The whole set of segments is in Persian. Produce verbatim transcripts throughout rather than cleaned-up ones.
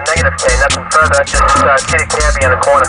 negative K, nothing further, just uh, kitty cabbie in the corner.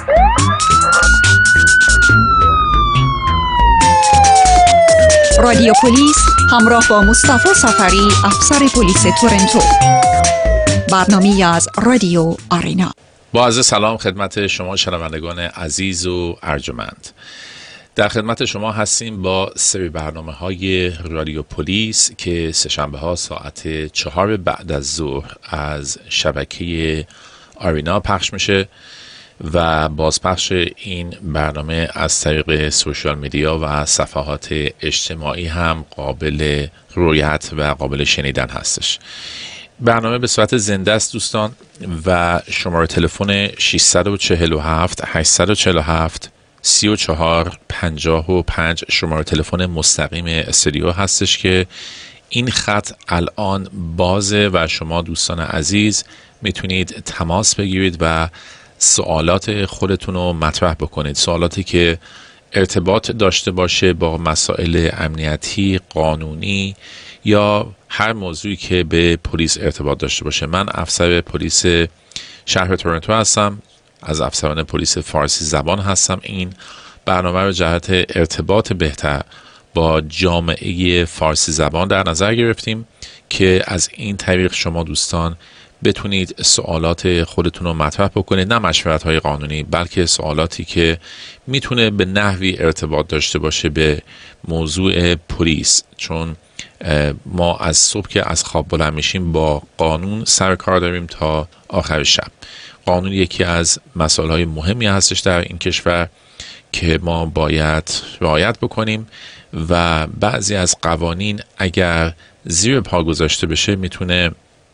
رادیو پلیس همراه با مصطفی سفری، افسر پلیس تورنتو. برنامه‌ای از رادیو آرینا. با عرض سلام خدمت شما شنوندگان عزیز و ارجمند. در خدمت شما هستیم با سری برنامه های رادیو پلیس که سه‌شنبه ها ساعت چهار بعد از ظهر از شبکه آرینا پخش میشه و بازپخش این برنامه از طریق سوشال میدیا و صفحات اجتماعی هم قابل رویت و قابل شنیدن هستش. برنامه به صورت زنده است دوستان و شماره تلفن شش چهار هفت هشت چهار هفت سی و چهار پنجاه و پنج شماره تلفن مستقیم استودیو هستش که این خط الان بازه و شما دوستان عزیز میتونید تماس بگیرید و سوالات خودتون رو مطرح بکنید، سوالاتی که ارتباط داشته باشه با مسائل امنیتی، قانونی یا هر موضوعی که به پلیس ارتباط داشته باشه. من افسر پلیس شهر تورنتو هستم، از افسران پلیس فارسی زبان هستم. این برنامه رو جهت ارتباط بهتر با جامعه فارسی زبان در نظر گرفتیم که از این طریق شما دوستان بتونید سوالات خودتون رو مطرح بکنید، نه مشورت های قانونی بلکه سوالاتی که میتونه به نحوی ارتباط داشته باشه به موضوع پلیس، چون ما از صبح که از خواب بلند میشیم با قانون سر کار داریم تا آخر شب. قانون یکی از مسائل های مهمی هستش در این کشور که ما باید رعایت بکنیم و بعضی از قوانین اگر زیر پا گذاشته بشه میتونه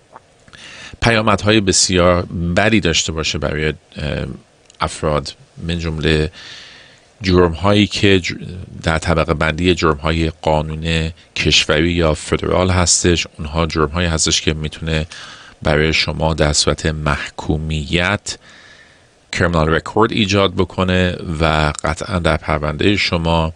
پیامدهای بسیار بدی داشته باشه برای افراد، من جمله جرم هایی که در طبقه بندی جرم های قانون کشوری یا فدرال هستش. اونها جرم هایی هستش که میتونه برای شما در صورت محکومیت کریمینال رکورد ایجاد بکنه و قطعا در پرونده شما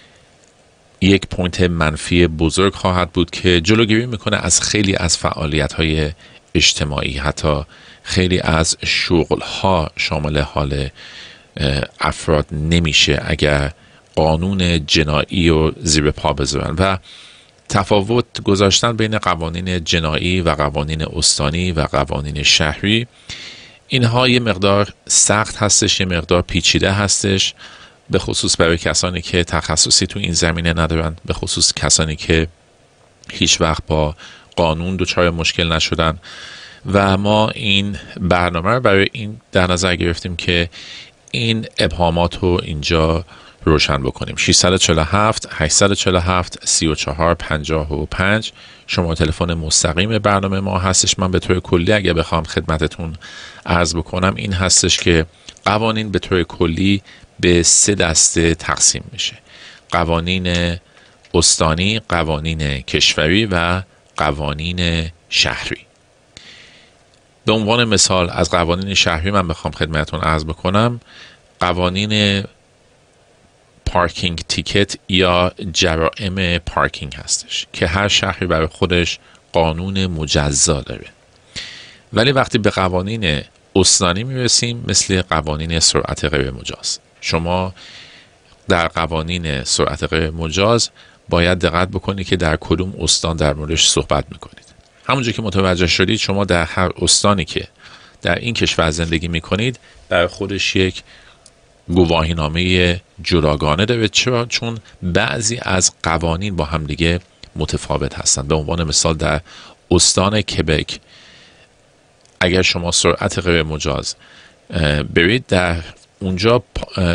یک پوینت منفی بزرگ خواهد بود که جلوگیری میکنه از خیلی از فعالیت های اجتماعی. حتی خیلی از شغل ها شامل حال افراد نمیشه اگر قانون جنایی رو زیر پا بذارن. و تفاوت گذاشتن بین قوانین جنایی و قوانین استانی و قوانین شهری، اینها یه مقدار سخت هستش، یه مقدار پیچیده هستش، به خصوص برای کسانی که تخصصی تو این زمینه ندارن، به خصوص کسانی که هیچ وقت با قانون دچار مشکل نشدن. و ما این برنامه رو برای این در نظر گرفتیم که این ابهامات رو اینجا روشن بکنیم. شش چهار هفت هشت چهار هفت سی و چهار پنجاه و پنج شماره تلفن مستقیم برنامه ما هستش. من به طور کلی اگه بخوام خدمتتون عرض بکنم این هستش که قوانین به طور کلی به سه دسته تقسیم میشه: قوانین استانی، قوانین کشوری و قوانین شهری. به عنوان مثال از قوانین شهری من بخوام خدمتتون عرض بکنم، قوانین پارکینگ تیکت یا جرائم پارکینگ هستش که هر شهری برای خودش قانون مجزا داره. ولی وقتی به قوانین استانی میرسیم، مثل قوانین سرعت غیر مجاز، شما در قوانین سرعت غیر مجاز باید دقت بکنید که در کدوم استان در موردش صحبت میکنید. همونجور که متوجه شدید شما در هر استانی که در این کشور زندگی میکنید برای خودش یک گواهینامه جداگانه داره. چرا؟ چون بعضی از قوانین با هم دیگه متفاوت هستند. به عنوان مثال در استان کبک اگر شما سرعت غیر مجاز برید، در اونجا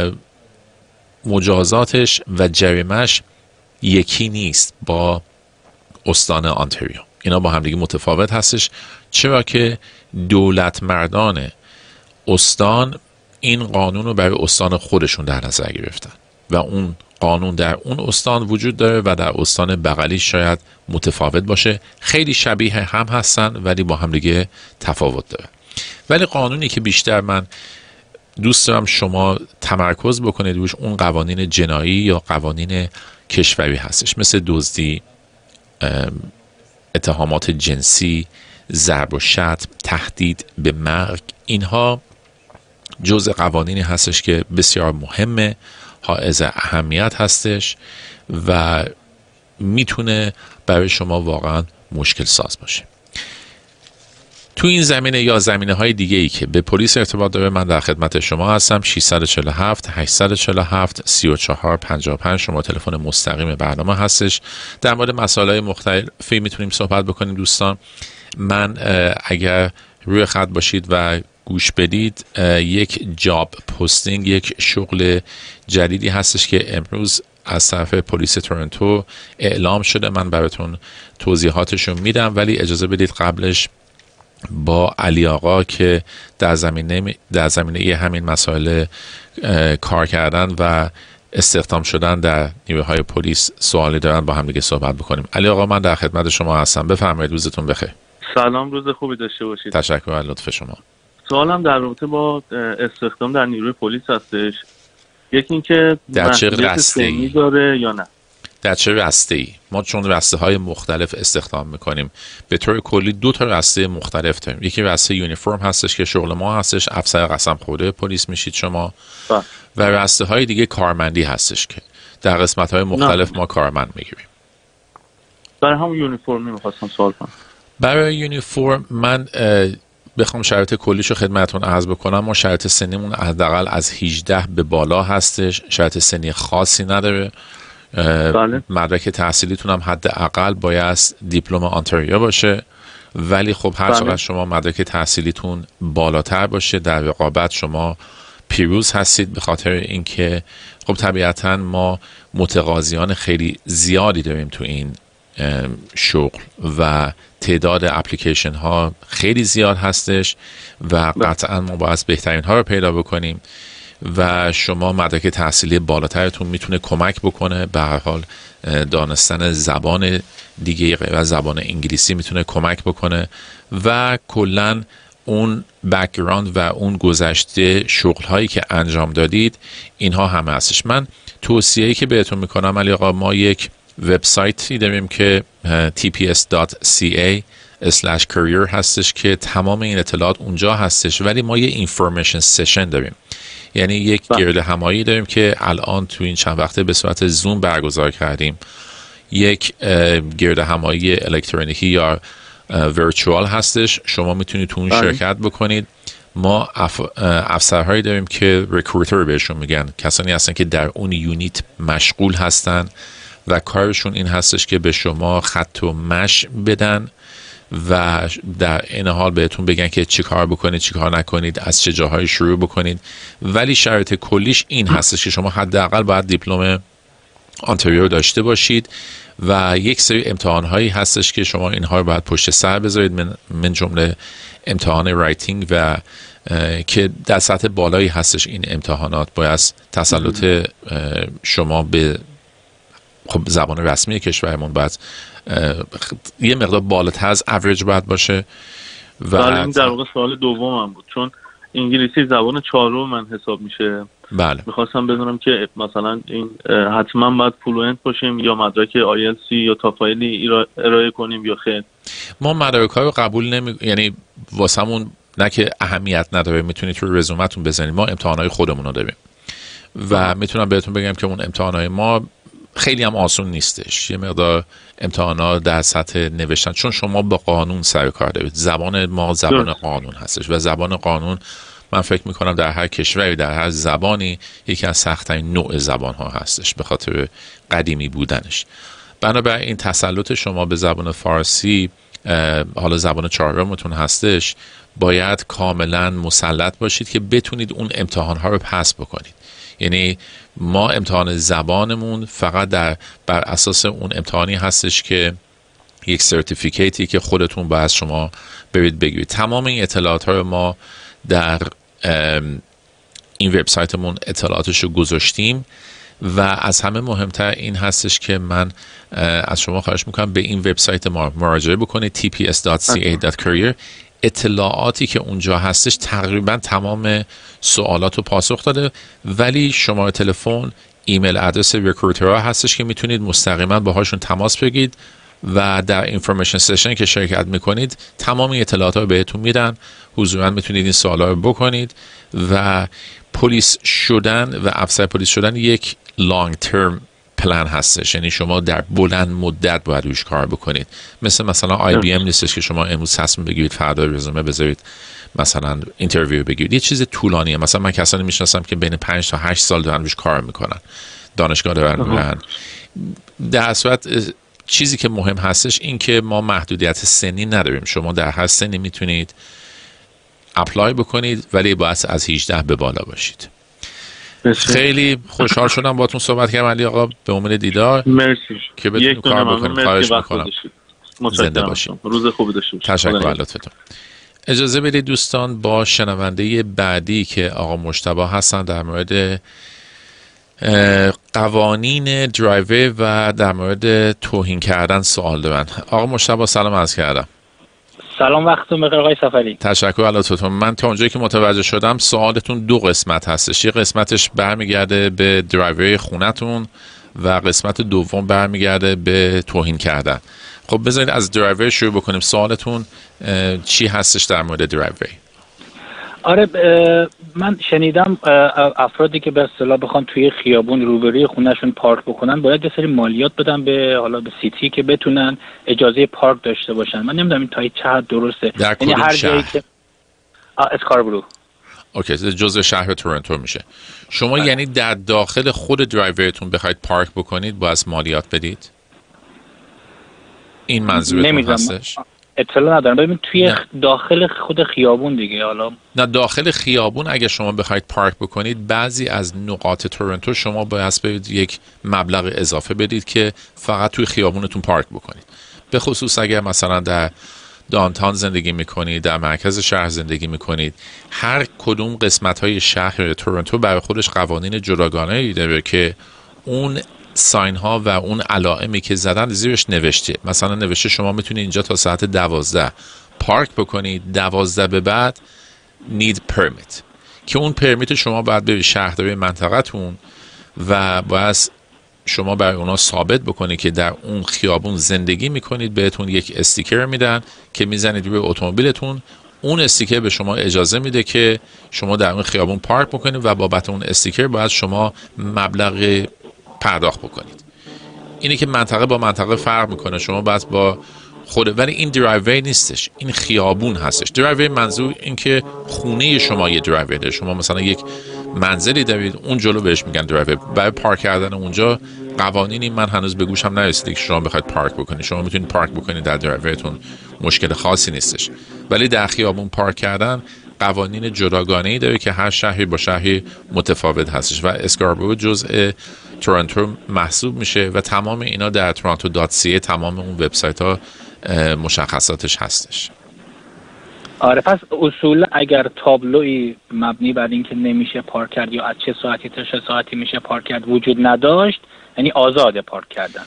مجازاتش و جریمش یکی نیست با استان آنتاریو. اینا با هم دیگه متفاوت هستش، چرا که دولت مردان استان این قانون رو برای استان خودشون در نظر گرفتن و اون قانون در اون استان وجود داره و در استان بغلی شاید متفاوت باشه. خیلی شبیه هم هستن ولی با هم دیگه تفاوت داره. ولی قانونی که بیشتر من دوست دارم شما تمرکز بکنید روش اون قوانین جنایی یا قوانین کشوری هستش، مثل دزدی، اتهامات جنسی، ضرب و شتم، تهدید به مرگ، اینها جزء قوانینی هستش که بسیار مهمه، حائز اهمیت هستش و میتونه برای شما واقعا مشکل ساز باشه. تو این زمینه یا زمینه های دیگه ای که به پلیس ارتباط داره، من در خدمت شما هستم. شش چهار هفت هشت چهار هفت سه چهار پنج پنج شما تلفن مستقیم برنامه هستش. در مورد مسائل مختلفی میتونیم صحبت بکنیم دوستان. من اگر روی خط باشید و گوش بدید، یک جاب پستینگ، یک شغل جدیدی هستش که امروز از طرف پلیس تورنتو اعلام شده. من براتون توضیحاتشو میدم، ولی اجازه بدید قبلش با علی آقا که در زمینه در زمینه همین مسائل کار کردن و استخدام شدن در نیروهای پلیس سوالی دارن با هم دیگه صحبت بکنیم. علی آقا من در خدمت شما هستم، بفرمایید. روزتون بخیر. سلام، روز خوبی داشته باشید. تشکر از لطف شما. سوالم در رابطه با استخدام در نیروی پلیس هستش. یکی اینکه در چه رسته‌ای داره یا نه؟ در چه رسته‌ای؟ ما چون رسته های مختلف استخدام میکنیم، به طور کلی دو تا رسته مختلف داریم. یکی رسته یونیفرم هستش که شغل ما هستش، افسر قسم خورده پلیس میشید شما. با. و رسته های دیگه کارمندی هستش که در قسمت های مختلف نه. ما کارمند میگیریم. برای همون یونیفرمی میخواستم سوال کنم. برای یونیفرم من بخوام شرایط کلیشو خدمتتون عرض بکنم، ما شرایط سنیمون حداقل از هجده به بالا هستش، شرایط سنی خاصی نداره. بله. مدرک تحصیلیتون هم حداقل باید دیپلم آنتاریو باشه، ولی خب هر چقدر بله. شما مدرک تحصیلیتون بالاتر باشه، در رقابت شما پیروز هستید، به خاطر اینکه خب طبیعتا ما متقاضیان خیلی زیادی داریم تو این شغل و تعداد اپلیکیشن ها خیلی زیاد هستش و قطعا ما باید بهترین ها رو پیدا بکنیم و شما مدرک تحصیلی بالاترتون میتونه کمک بکنه. به هر حال دانستن زبان دیگه غیر از زبان انگلیسی میتونه کمک بکنه و کلا اون بک‌گراند و اون گذشته شغل هایی که انجام دادید اینها همه هستش. من توصیه‌ای که بهتون میکنم علی آقا، ما یک وبسایتی داریم که تی پی اس دات سی ای اسلش کریر هستش که تمام این اطلاعات اونجا هستش، ولی ما یه اینفورمیشن سشن داریم، یعنی یک گرد همایی داریم که الان تو این چند وقته به صورت زوم برگزار کردیم. یک گرد همایی الکترونیکی یا ورچوال هستش، شما میتونید تو اون شرکت بکنید. ما اف... افسرهایی داریم که ریکروتر بهشون میگن، کسانی هستن که در اون یونیت مشغول هستن و کارشون این هستش که به شما خط و مش بدن و در این حال بهتون بگن که چی کار بکنید چی کار نکنید، از چه جاهای شروع بکنید. ولی شرایط کلیش این هستش که شما حداقل باید دیپلم آنتاریو داشته باشید و یک سری امتحانهایی هستش که شما اینها رو باید پشت سر بذارید، من, من جمله امتحان رایتینگ و که در سطح بالایی هستش. این امتحانات باید تسلط شما به خب زبان رسمی کشورمون باید یه مقدار بالاتر از اوریج باید باشه. و این در واقع سوال دومم بود، چون انگلیسی زبان چهارم من حساب میشه. بله. میخواستم بدونم که مثلا این حتما باید فلوئنت باشیم یا مدرک آی ال سی یا تافایلی ارائه کنیم یا خیر؟ ما مدارک ها رو قبول نمی، یعنی واسمون نه که اهمیت نداره، میتونید تو رزومتون بزنید. ما امتحانات خودمون رو داریم و میتونم بهتون بگم که اون امتحانات ما خیلی هم آسون نیستش. یه مقدار امتحانات در سطح نوشتن، چون شما با قانون سر کار دارید. زبان ما زبان قانون هستش و زبان قانون من فکر میکنم در هر کشوری در هر زبانی یکی از سخت‌ترین نوع زبان ها هستش به خاطر قدیمی بودنش. بنابراین تسلط شما به زبان فارسی، حالا زبان چهارمتون هستش، باید کاملا مسلط باشید که بتونید اون امتحان ها رو پس بکنید. یعنی ما امتحان زبانمون فقط در بر اساس اون امتحانی هستش که یک سرتیفیکیتی که خودتون باید شما برید بگیرید. تمام این اطلاعات ها رو ما در این وبسایتمون اطلاعاتش رو گذاشتیم و از همه مهمتر این هستش که من از شما خواهش میکنم به این وبسایت ما مراجعه بکنید تی پی اس دات سی ای دات کریر. اطلاعاتی که اونجا هستش تقریبا تمام سوالات رو پاسخ داده، ولی شماره تلفن، ایمیل ادرس ریکروترها هستش که میتونید مستقیما باهاشون تماس بگیرید و در اینفورمیشن سشن که شرکت میکنید تمام اطلاعات رو بهتون میدن. حضوراً میتونید این سوالا رو بکنید و پلیس شدن و افسر پلیس شدن یک لانگ ترم پلان هستش، یعنی شما در بلند مدت باید روش کار بکنید. مثل مثلا آی بی ام نیستش که شما امروز تصمیم بگیرید فردا رزومه بذارید مثلا اینترویو بگیرید. یه چیز طولانیه. مثلا من کسانی میشناسم که بین پنج تا هشت سال دارن روش کار میکنن، دانشگاه دارن میرن. در صورت چیزی که مهم هستش این که ما محدودیت سنی نداریم. شما در هر سنی میتونید اپلای بکنید ولی باید از هجده به بالا باشید. خیلی خوشحال شدم باهاتون صحبت کردم علی آقا. به امید دیدار. مرسی که بتونید کار بکنید. خواهش میکنم. زنده باشید. روز خوبی داشته باشید. تشکر از لطفتون. اجازه بدید دوستان با شنونده بعدی که آقا مجتبی هستن در مورد قوانین درایور و در مورد توهین کردن سوال دارن. آقا مجتبی سلام عرض کردم. سلام، وقتتون بخیر آقای سفری. تشکر از لطفتون. من تا اونجایی که متوجه شدم سوالتون دو قسمت هستش. یه قسمتش برمیگرده به درایور خونتون و قسمت دوم برمیگرده به توهین کردن. خب بذارید از درایور شروع بکنیم. سوالتون چی هستش در مورد درایور؟ آره من شنیدم افرادی که به اصطلاح بخوان توی خیابون روبروی خونهشون پارک بکنن باید یه سری مالیات بدن به حالا به سیتی که بتونن اجازه پارک داشته باشن. من نمیدونم این تا چه حد درسته. در یعنی هر جایی که اسکاربرو اوکی جزء شهر تورنتو میشه. شما آره. یعنی در داخل خود درایورتون بخواید پارک بکنید باید مالیات بدید؟ این منظورتون هستش؟ اطلاع ندارم. ببین توی نه. داخل خود خیابون دیگه. حالا نه داخل خیابون اگه شما بخواید پارک بکنید بعضی از نقاط تورنتو شما باید برید یک مبلغ اضافه بدید که فقط توی خیابونتون پارک بکنید. به خصوص اگر مثلا در دانتان زندگی میکنید، در مرکز شهر زندگی میکنید، هر کدوم قسمت های شهر تورنتو برای خودش قوانین جداگانه‌ای داره که اون ساین ها و اون علائمی که زدن زیرش نوشته. مثلا نوشته شما میتونید اینجا تا ساعت دوازده پارک بکنید، دوازده به بعد need permit که اون پرمیت شما باید به شهرداری منطقه‌تون و باید شما برای اونا ثابت بکنید که در اون خیابون زندگی میکنید. بهتون یک استیکر میدن که میزنید روی اتومبیلتون. اون استیکر به شما اجازه میده که شما در اون خیابون پارک بکنید و بابت اون استیکر باید شما مبلغ پرداخت بکنید. اینه که منطقه با منطقه فرق میکنه. شما باید با خود ولی این درایور نیستش، این خیابون هستش. درایور منظور این که خونه شما یه درایور داره. شما مثلا یک منزلی دارید اون جلو بهش میگن درایور. برای پارک کردن اونجا قوانینی من هنوز به گوشم نرسیده که شما بخواید پارک بکنید. شما میتونید پارک بکنید در درایورتون، مشکل خاصی نیستش. ولی در خیابون پارک کردن قوانین جداگانه‌ای داره که هر شهری با شهری متفاوت هستش و اسکاربرو جزء تورنتو محسوب میشه و تمام اینا در تورنتو دات سی ای تمام اون وبسایت ها مشخصاتش هستش. آره پس اصولا اگر تابلوی مبنی بر این که نمیشه پارک کرد یا از چه ساعتی تا چه ساعتی میشه پارک کرد وجود نداشت، یعنی آزاده پارک کردن؟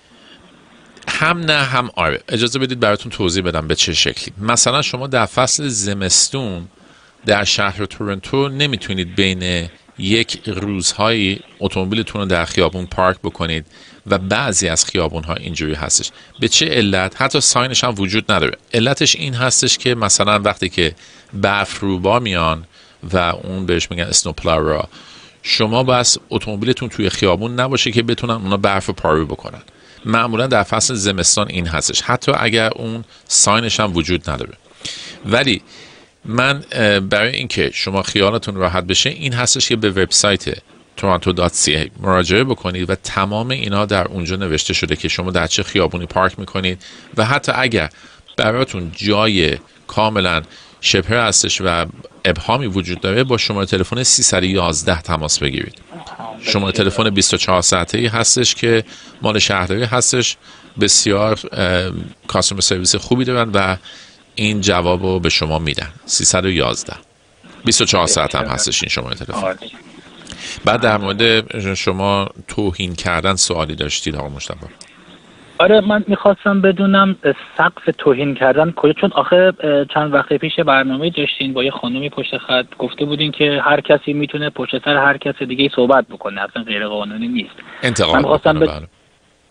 هم نه هم آره. اجازه بدید براتون توضیح بدم به چه شکلی. مثلا شما در فصل زمستون در شهر تورنتو نمیتونید بین یک روزهایی اتومبیلتون رو در خیابون پارک بکنید و بعضی از خیابون ها اینجوری هستش. به چه علت؟ حتی ساینش هم وجود نداره. علتش این هستش که مثلا وقتی که برف روبا میان و اون بهش میگن اسنوپلارا، شما بس اتومبیلتون توی خیابون نباشه که بتونن اونا برف رو پارو بکنن. معمولا در فصل زمستان این هستش، حتی اگر اون ساینش هم وجود نداره. ولی من برای اینکه شما خیالتون راحت بشه این هستش که به وبسایت تورنتو دات سی ای مراجعه بکنید و تمام اینا در اونجا نوشته شده که شما در چه خیابونی پارک میکنید و حتی اگر براتون جای کاملا شبه هستش و ابهامی وجود داره با شماره تلفن سیصد و یازده تماس بگیرید. شماره تلفن بیست و چهار ساعته‌ای هستش که مال شهرداری هستش. بسیار کاستومر سرویس خوبی دارن و این جواب رو به شما میدن. سیصد و یازده بیست و چهار ساعت هم هستش این شماره تلفن. بعد در مورد شما توهین کردن سوالی داشتید آقا مجتبی؟ آره من میخواستم بدونم سقف توهین کردن کجا، چون آخه چند وقت پیش برنامه داشتین با یه خانومی پشت خط گفته بودین که هر کسی میتونه پشت سر هر کس دیگه صحبت بکنه، اصلا غیر قانونی نیست. انتقاد من خواستم بکنه. ب... بله.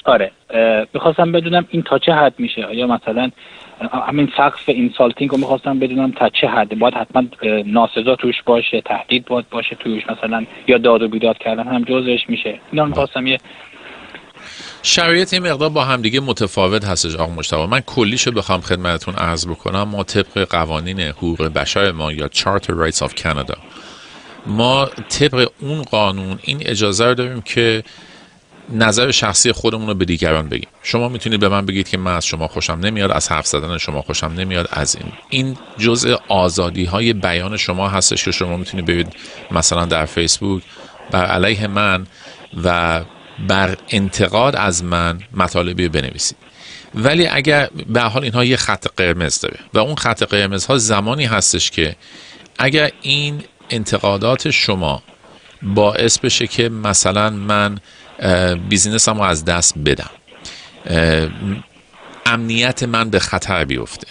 آره میخواستم بدونم این تا چه حد میشه، یا مثلا همین سقف اینسالتینگ رو میخواستم بدونم تا چه حد باید حتما ناسزا توش باشه، تهدید باید باشه توش مثلا، یا داد و بیداد کردن هم جزش میشه. اینا میخواستم یه شرایط این مقدار با همدیگه متفاوت هستش آقا مجتبی. من کلیشو بخوام خدمتتون عرض بکنم، ما طبق قوانین حقوق بشر ما یا Charter Rights of Canada، ما طبق اون قانون این اجازه رو داریم که نظر شخصی خودمون رو به دیگران بگیم. شما میتونید به من بگید که من از شما خوشم نمیاد، از حرف زدن شما خوشم نمیاد، از این این جزء آزادی های بیان شما هستش که شما میتونید برید مثلا در فیسبوک بر علیه من و بر انتقاد از من مطالبی بنویسید. ولی اگر به حال اینها یه خط قرمز داره و اون خط قرمز ها زمانی هستش که اگر این انتقادات شما باعث بشه که مثلا من بیزینسم رو از دست بدم، امنیت من به خطر بیفته،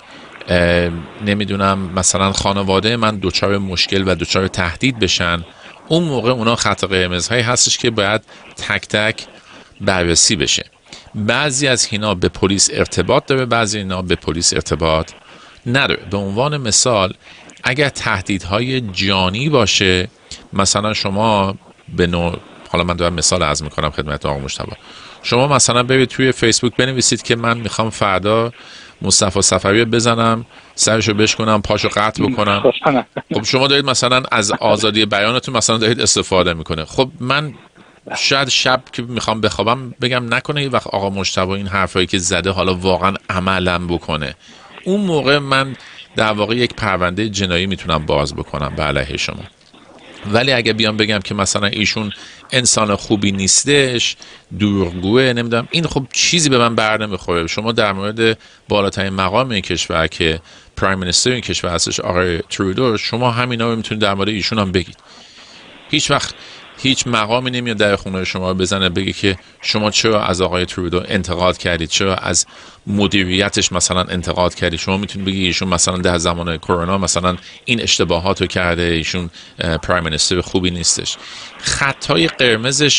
نمیدونم مثلا خانواده من دچار مشکل و دچار تهدید بشن، اون موقع اونا خط قرمزهایی هستش که باید تک تک بررسی بشه. بعضی از اینا به پلیس ارتباط داره، بعضی اینا به پلیس ارتباط نداره. به عنوان مثال اگر تهدیدهای جانی باشه، مثلا شما به نوع، حالا من دارم مثال عرض میکنم خدمت آقا مجتبی، شما مثلا برید توی فیسبوک بنویسید که من میخوام فردا مصطفی صفوی بزنم، سرشو بشکنم، پاشو قطع بکنم. خب شما دارید مثلا از آزادی بیانتون مثلا دارید استفاده میکنه. خب من شاید شب که میخوام بخوابم بگم نکنه یه وقت آقا مجتبی این حرفایی که زده حالا واقعا عملم بکنه، اون موقع من در واقع یک پرونده جنایی میتونم باز بکنم به علیه شما. ولی اگه بیام بگم که مثلا ایشون انسان خوبی نیستش، دروغگوه، نمیدونم، این خب چیزی به من بر نمیخوره. شما در مورد بالاترین مقام این کشور که پرایم مینیستر این کشور هستش آقای ترودو، شما همینا رو میتونید در مورد ایشون هم بگید. هیچ وقت هیچ مقامی نمیاد در خونه شما بزنه بگه که شما چرا از آقای ترودو انتقاد کردید، چرا از مدیریتش مثلا انتقاد کردید. شما میتونید بگید ایشون مثلا در زمان کرونا مثلا این اشتباهات رو کرده، ایشون پرایم مینیستر خوبی نیستش. خطای قرمزش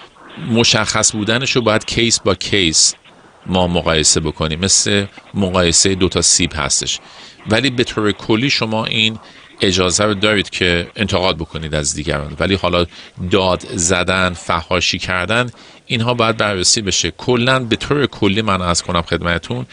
مشخص بودنش رو باید کیس با کیس ما مقایسه بکنیم، مثل مقایسه دو تا سیب هستش. ولی به طور کلی شما این اجازه رو دارید که انتقاد بکنید از دیگران، ولی حالا داد زدن، فحاشی کردن، اینها باید بررسی بشه. کلاً به طور کلی من عرض کنم خدمتتون،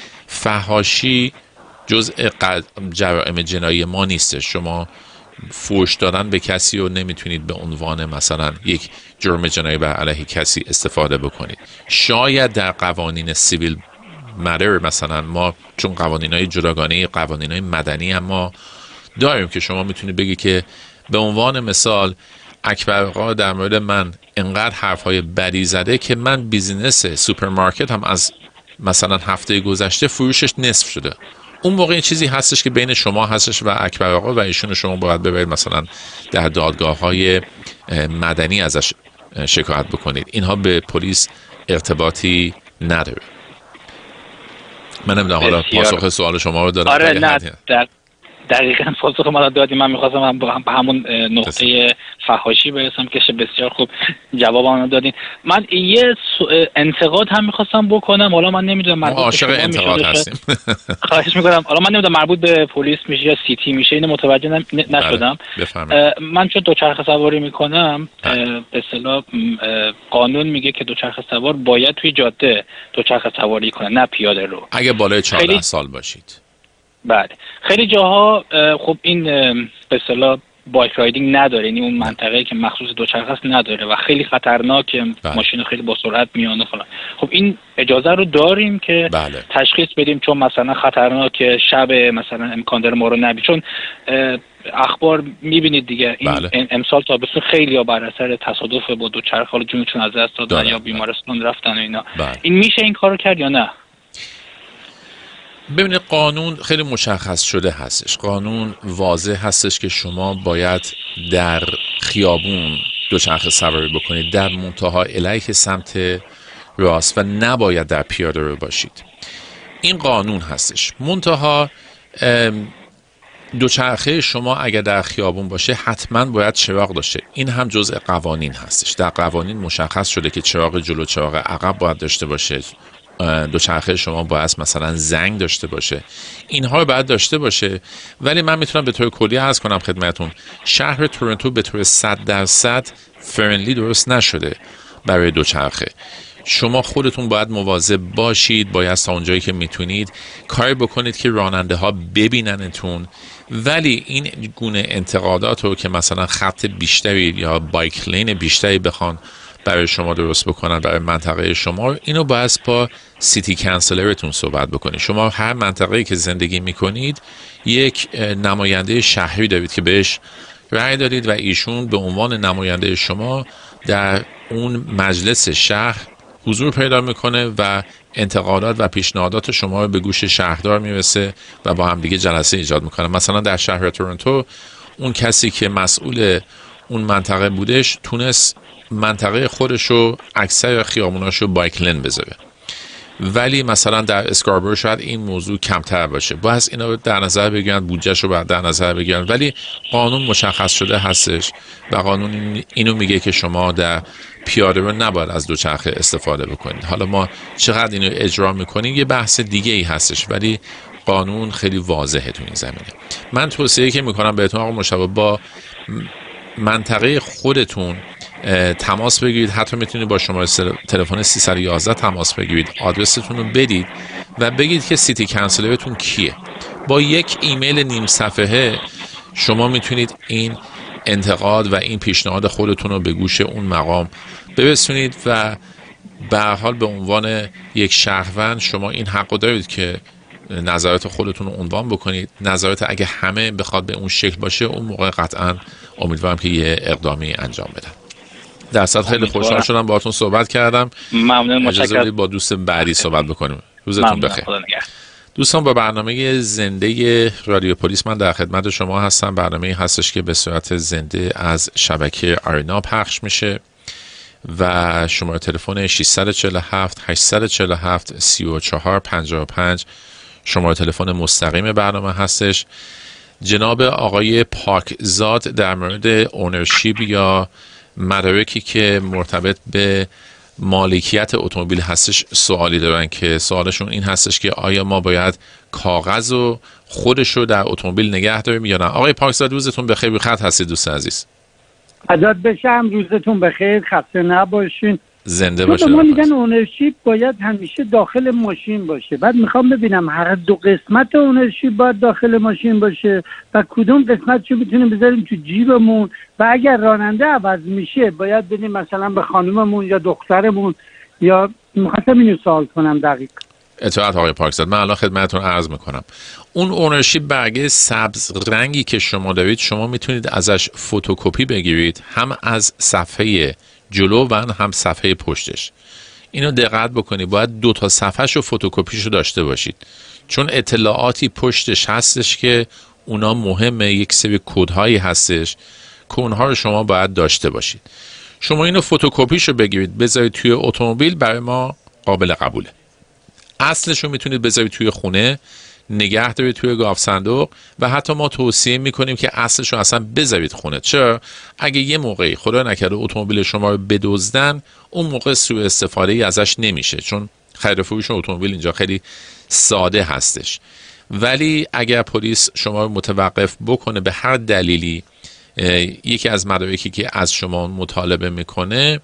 فحاشی جزء جرائم جنایی ما نیستش. شما فحش دادن به کسی رو نمیتونید به عنوان مثلا یک جرم جنایی بر علیه کسی استفاده بکنید. شاید در قوانین سیویل مدر مثلا ما، چون قوانین‌های جداگانه قوانین‌های مدنی هم ما داریم که شما میتونید بگی که به عنوان مثال اکبر آقا در مورد من انقدر حرفهای بدی زده که من بیزینس سوپرمارکت هم از مثلا هفته گذشته فروشش نصف شده. اون موقع این چیزی هستش که بین شما هستش و اکبر آقا و ایشون، شما باید ببرید مثلا در دادگاه‌های مدنی ازش شکایت بکنید. اینها به پلیس ارتباطی نداره. من نمیدونم حالا پاسخ سوال شما رو دارم. آره نه در دقیقاً پاسخ ما دادیم. من می‌خواستم هم با هم به همون نقطه فحاشی برسم که بسیار خوب جواب آن دادین. من یه انتقاد هم می‌خواستم بکنم، حالا من نمی‌دونم مربوط به عاشق انتقاد هستیم. خواهش می‌کنم. حالا من نمی‌دونم مربوط به پلیس میشه یا سیتی میشه، اینو متوجه نشدم. من چون دوچرخه سواری می‌کنم، به اصطلاح قانون میگه که دوچرخه سوار باید توی جاده دوچرخه سواری کنه، نه پیاده رو، اگه بالای چهارده سال باشید. بله خیلی جاها خب این به اصطلاح بایک رایدینگ نداره، یعنی اون منطقه‌ای که مخصوص دوچرخه است نداره و خیلی خطرناکه، ماشین خیلی با سرعت میان و فلان. خب این اجازه رو داریم که بله. تشخیص بدیم چون مثلا خطرناکه، شب مثلا امکان داره ما رو نبینه، چون اخبار میبینید دیگه این بله. امسال تابستون خیلی ها بر اثر تصادف با دوچرخه حالا جونشون از دست دادن یا بیمارستان رفتن و اینا. بله. این میشه این کارو کرد یا نه؟ ببینید قانون خیلی مشخص شده هستش. قانون واضح هستش که شما باید در خیابون دوچرخه سواری بکنید در منتها علیه سمت راست و نباید در پیاده رو باشید. این قانون هستش. منتها دوچرخه شما اگر در خیابون باشه حتما باید چراغ داشته. این هم جزء قوانین هستش. در قوانین مشخص شده که چراغ جلو، چراغ عقب باید داشته باشه. دوچرخه شما باید مثلا زنگ داشته باشه. اینها رو باید داشته باشه. ولی من میتونم به طور کلی عرض کنم خدمتتون، شهر تورنتو به طور صد درصد فرندلی درست نشده برای دوچرخه. شما خودتون باید مواظب باشید، باید تا اونجایی که میتونید کاری بکنید که راننده ها ببیننتون. ولی این گونه انتقادات رو که مثلا خط بیشتری یا بایک لین بیشتری بخوان برای شما درست بکنن برای منطقه شما، اینو باید با سیتی کانسلرتون صحبت بکنید. شما هر منطقه‌ای که زندگی میکنید یک نماینده شهری دارید که بهش رأی دارید و ایشون به عنوان نماینده شما در اون مجلس شهر حضور پیدا میکنه و انتقادات و پیشنهادات شما رو به گوش شهردار میرسه و با هم دیگه جلسه ایجاد میکنه. مثلا در شهر تورنتو اون کسی که مسئول اون منطقه بودش تونست منطقه خودشو اکثر خیابوناشو بایک لین بذاره، ولی مثلا در اسکاربرو شاید این موضوع کمتر باشه. باید اینا رو در نظر بگیرن، بودجهشو باید در نظر بگیرن. ولی قانون مشخص شده هستش و قانون اینو میگه که شما در پیاده رو نباید از دوچرخه استفاده بکنید. حالا ما چقدر اینو اجرا میکنیم یه بحث دیگه ای هستش، ولی قانون خیلی واضحه تو این زمینه. من توصیه که میکنم بهتون آقا مشابه با منطقه خودتون تماس بگیرید. حتی میتونید با شماره تلفن سیصد و یازده تماس بگیرید، آدرستون رو بدید و بگید که سیتی کانسلرتون کیه. با یک ایمیل نیم صفحه شما میتونید این انتقاد و این پیشنهاد خودتون رو به گوش اون مقام برسونید و به هر حال به عنوان یک شهروند شما این حق رو دارید که نظرات خودتون رو عنوان بکنید. نظرات اگه همه بخواد به اون شکل باشه، اون موقع قطعا امیدوارم که یه اقدامی انجام بدن. در صد خیلی خوشحال شدم باهاتون صحبت کردم. ممنون، متشکرم. با دوست بعدی صحبت بکنیم. روزتون بخیر. دوستان، با برنامه زنده رادیو پلیس من در خدمت شما هستم. برنامه هستش که به صورت زنده از شبکه آرینا پخش میشه و شماره تلفن شش چهار هفت هشت چهار هفت سه چهار پنج پنج شماره تلفن مستقیم برنامه هستش. جناب آقای پاکزاد در مورد اونرشیپ یا مدارکی که مرتبط به مالکیت اتومبیل هستش سوالی دارن که سوالشون این هستش که آیا ما باید کاغذ و خودش رو در اتومبیل نگه داریم یا نه؟ آقای پاکزاد روزتون بخیر. بی خط هستید دوست عزیز. عزت بشم، روزتون بخیر، خسته نباشین، زنده باشید. ما میگن اونرشیپ باید همیشه داخل ماشین باشه. بعد میخوام ببینم هر دو قسمت اونرشیپ باید داخل ماشین باشه و کدوم قسمتشو میتونیم بذاریم تو جیبمون و اگر راننده عوض میشه باید بدیم مثلا به خانوممون یا دخترمون، یا میخواستم اینو سوال کنم دقیق. اطاعت آقای پاکزاد. من الان خدمتتون عرض میکنم. اون اونرشیپ برگه سبز رنگی که شما دارید شما میتونید ازش فتوکپی بگیرید، هم از صفحه جلو و هم صفحه پشتش. اینو دقت بکنید، باید دو تا صفحهش و فتوکپیشو داشته باشید، چون اطلاعاتی پشتش هستش که اونا مهمه. یک سری کدهایی هستش که اونها رو شما باید داشته باشید. شما اینو فتوکپیشو بگیرید بذارید توی اتومبیل، برای ما قابل قبوله. اصلش رو میتونید بذارید توی خونه، نگه دارید توی گاف صندوق و حتی ما توصیه میکنیم که اصلش رو اصلا بذارید خونه. چرا؟ اگه یه موقعی خدا نکرده اتومبیل شما رو بدزدن، اون موقع سوء استفاده ای ازش نمیشه، چون خرید و فروش اتومبیل اینجا خیلی ساده هستش. ولی اگر پلیس شما رو متوقف بکنه به هر دلیلی، یکی از مدارکی که از شما مطالبه میکنه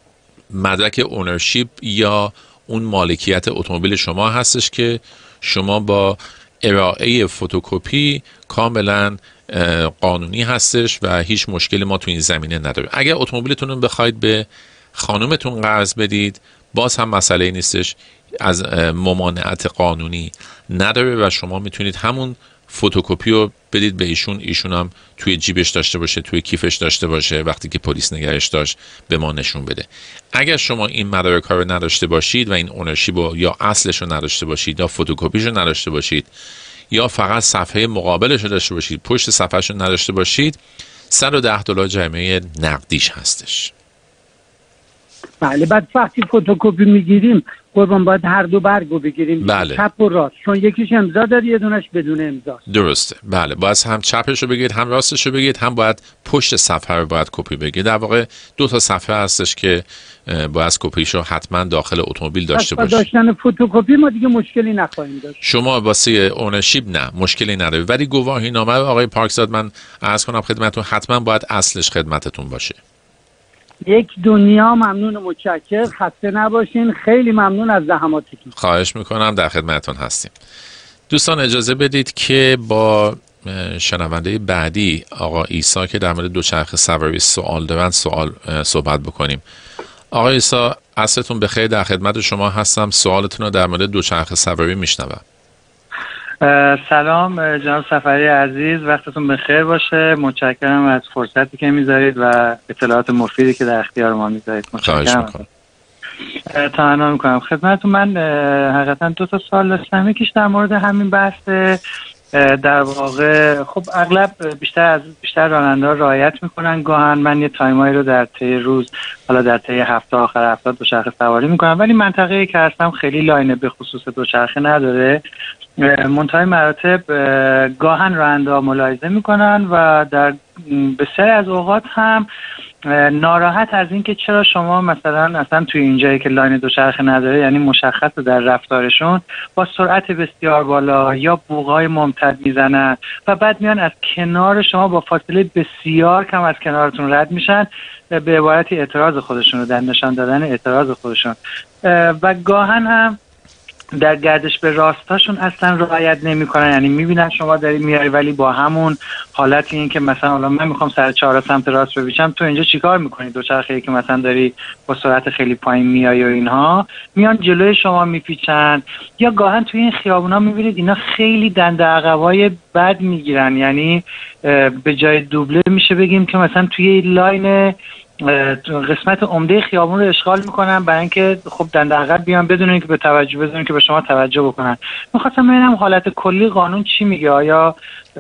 مدرک اونرشیپ یا اون مالکیت اتومبیل شما هستش که شما با ارائه فتوکپی کاملا قانونی هستش و هیچ مشکلی ما تو این زمینه نداره. اگر اتومبیلتون رو بخواید به خانومتون قرض بدید، باز هم مسئله نیستش، از ممانعت قانونی نداره و شما میتونید همون فتوکپی رو بدید به ایشون، ایشون هم توی جیبش داشته باشه، توی کیفش داشته باشه، وقتی که پلیس نگرش داشت به ما نشون بده. اگر شما این مدارک ها رو نداشته باشید و این اونرشیپ رو یا اصلش رو نداشته باشید یا فتوکپیش رو نداشته باشید یا فقط صفحه مقابلش رو داشته باشید، پشت صفحهش رو نداشته باشید، صد و ده دلار جریمه نقدیش هستش. بله. بعد وقتی فتوکپی میگیریم قربان باید هر دو برگو بگیریم، بله. چپ و راست، چون یکیش امضا داره یه دونش بدون امضا. درسته، بله. باید هم چپش رو بگید هم راستش رو بگید، هم باید پشت صفحه رو باید کپی بگید. در واقع دو تا صفحه هستش که باید کپیش رو حتما داخل اتومبیل داشته باشید. داشتن فتوکپی ما دیگه مشکلی نخواهیم داشت. شما واسه اونرشیپ نه مشکلی نداره، ولی گواهی نامه آقای پارکزاد من عرض کنم خدمتتون حتما باید اصلش خدمتتون باشه. یک دنیا ممنون و متشکر، خسته نباشین، خیلی ممنون از زحماتتون. خواهش میکنم، در خدمتتون هستیم. دوستان اجازه بدید که با شنونده بعدی آقا عیسی که در مورد دوچرخه سواری سوال دارن سوال صحبت بکنیم. آقا عیسی عصرتون بخیر، در خدمت شما هستم، سوالتون رو در مورد دوچرخه سواری میشنوم. سلام جناب سفری عزیز، وقتتون بخیر باشه. متشکرم از فرصتی که میذارید و اطلاعات مفیدی که در اختیار ما میذارید. متشکرم. تمنا میکنم خدمتتون. من حقیقتا دو تا سوال داشتم. یکیش در مورد همین بحث، در واقع خب اغلب بیشتر از بیشتر راننده‌ها رعایت میکنن گاهن. من یه تایمایی رو در طی روز، حالا در طی هفته آخر هفته دوچرخه سواری میکنم، ولی منطقه‌ای که هستم خیلی لاین به خصوص دوچرخه نداره. منتهای مراتب گاهن راننده‌ها ملاحظه میکنن و در بسیاری از اوقات هم ناراحت از اینکه چرا شما مثلا اصلا توی اینجایی که لاین دوچرخه نداره، یعنی مشخصه در رفتارشون، با سرعت بسیار بالا یا بوق‌های ممتد میزنن و بعد میان از کنار شما با فاصله بسیار کم از کنارتون رد میشن، به عبارتی اعتراض خودشون رو در نشان دادن اعتراض خودشون. و گاهن هم در گردش به راستاشون اصلا رعایت نمی‌کنن، یعنی می‌بینن شما داری میاری ولی با همون حالتی این که مثلا حالا من می‌خوام سر چهار سمت راست رو بپیچم، تو اینجا چیکار می‌کنی؟ دوچرخه‌ای که مثلا داری با سرعت خیلی پایین میای و اینها، میان جلوی شما میپیچن. یا گاهن توی این خیابونا می‌بینید اینا خیلی دنده عقبای بد میگیرن، یعنی به جای دوبله میشه بگیم که مثلا توی لاین قسمت عمده خیابون رو اشغال میکنن برای اینکه خب دنده عقب بیان بدون اینکه به توجه بدون که به شما توجه بکنن. میخواستم ببینم حالت کلی قانون چی میگه، آیا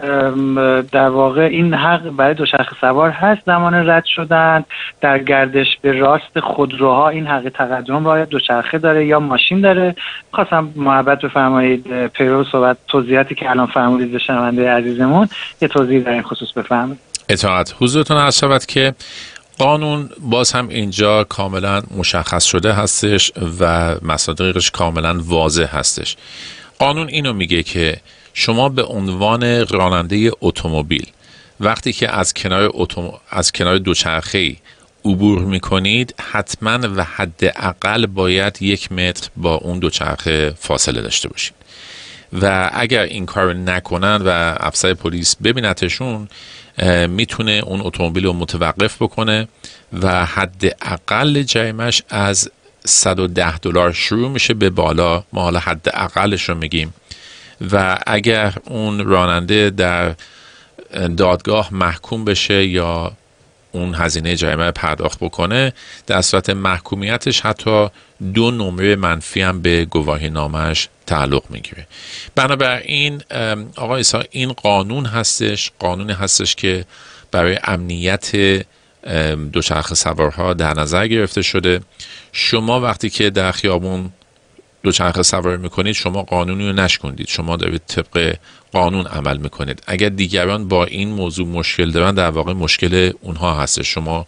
در واقع این حق برای دوچرخه سوار هست زمان رد شدن در گردش به راست خودروها، این حق تقدم رو آیا دوچرخه داره یا ماشین داره؟ میخواستم محبت بفرمایید پیرو صحبت توضیحاتی که الان فرمودید به شنونده عزیزمون یه توضیح در این خصوص بفرمایید. اطاعت. حضورتون عرض شود که قانون باز هم اینجا کاملا مشخص شده هستش و مصادیقش کاملا واضح هستش. قانون اینو میگه که شما به عنوان راننده اتومبیل وقتی که از کنار اتوم... از کنار دوچرخه‌ای عبور میکنید حتما و حداقل باید یک متر با اون دوچرخه فاصله داشته باشید و اگر این کار نکنن و افسر پلیس ببینتشون میتونه اون اتومبیل رو متوقف بکنه و حداقل جریمش از صد و ده دلار شروع میشه به بالا. ما حالا حداقلش رو میگیم و اگر اون راننده در دادگاه محکوم بشه یا اون هزینه جریمه پرداخت بکنه، در صورت محکومیتش حتی دو نمره منفی هم به گواهی نامش تعلق میگیره. بنابراین آقا عیسی این قانون هستش، قانونی هستش که برای امنیت دوچرخه سوارها در نظر گرفته شده. شما وقتی که در خیابون دوچرخه سواری میکنید شما قانونی رو نشکندید، شما دارید طبق قانون عمل میکنید. اگر دیگران با این موضوع مشکل دارن در واقع مشکل اونها هست. شما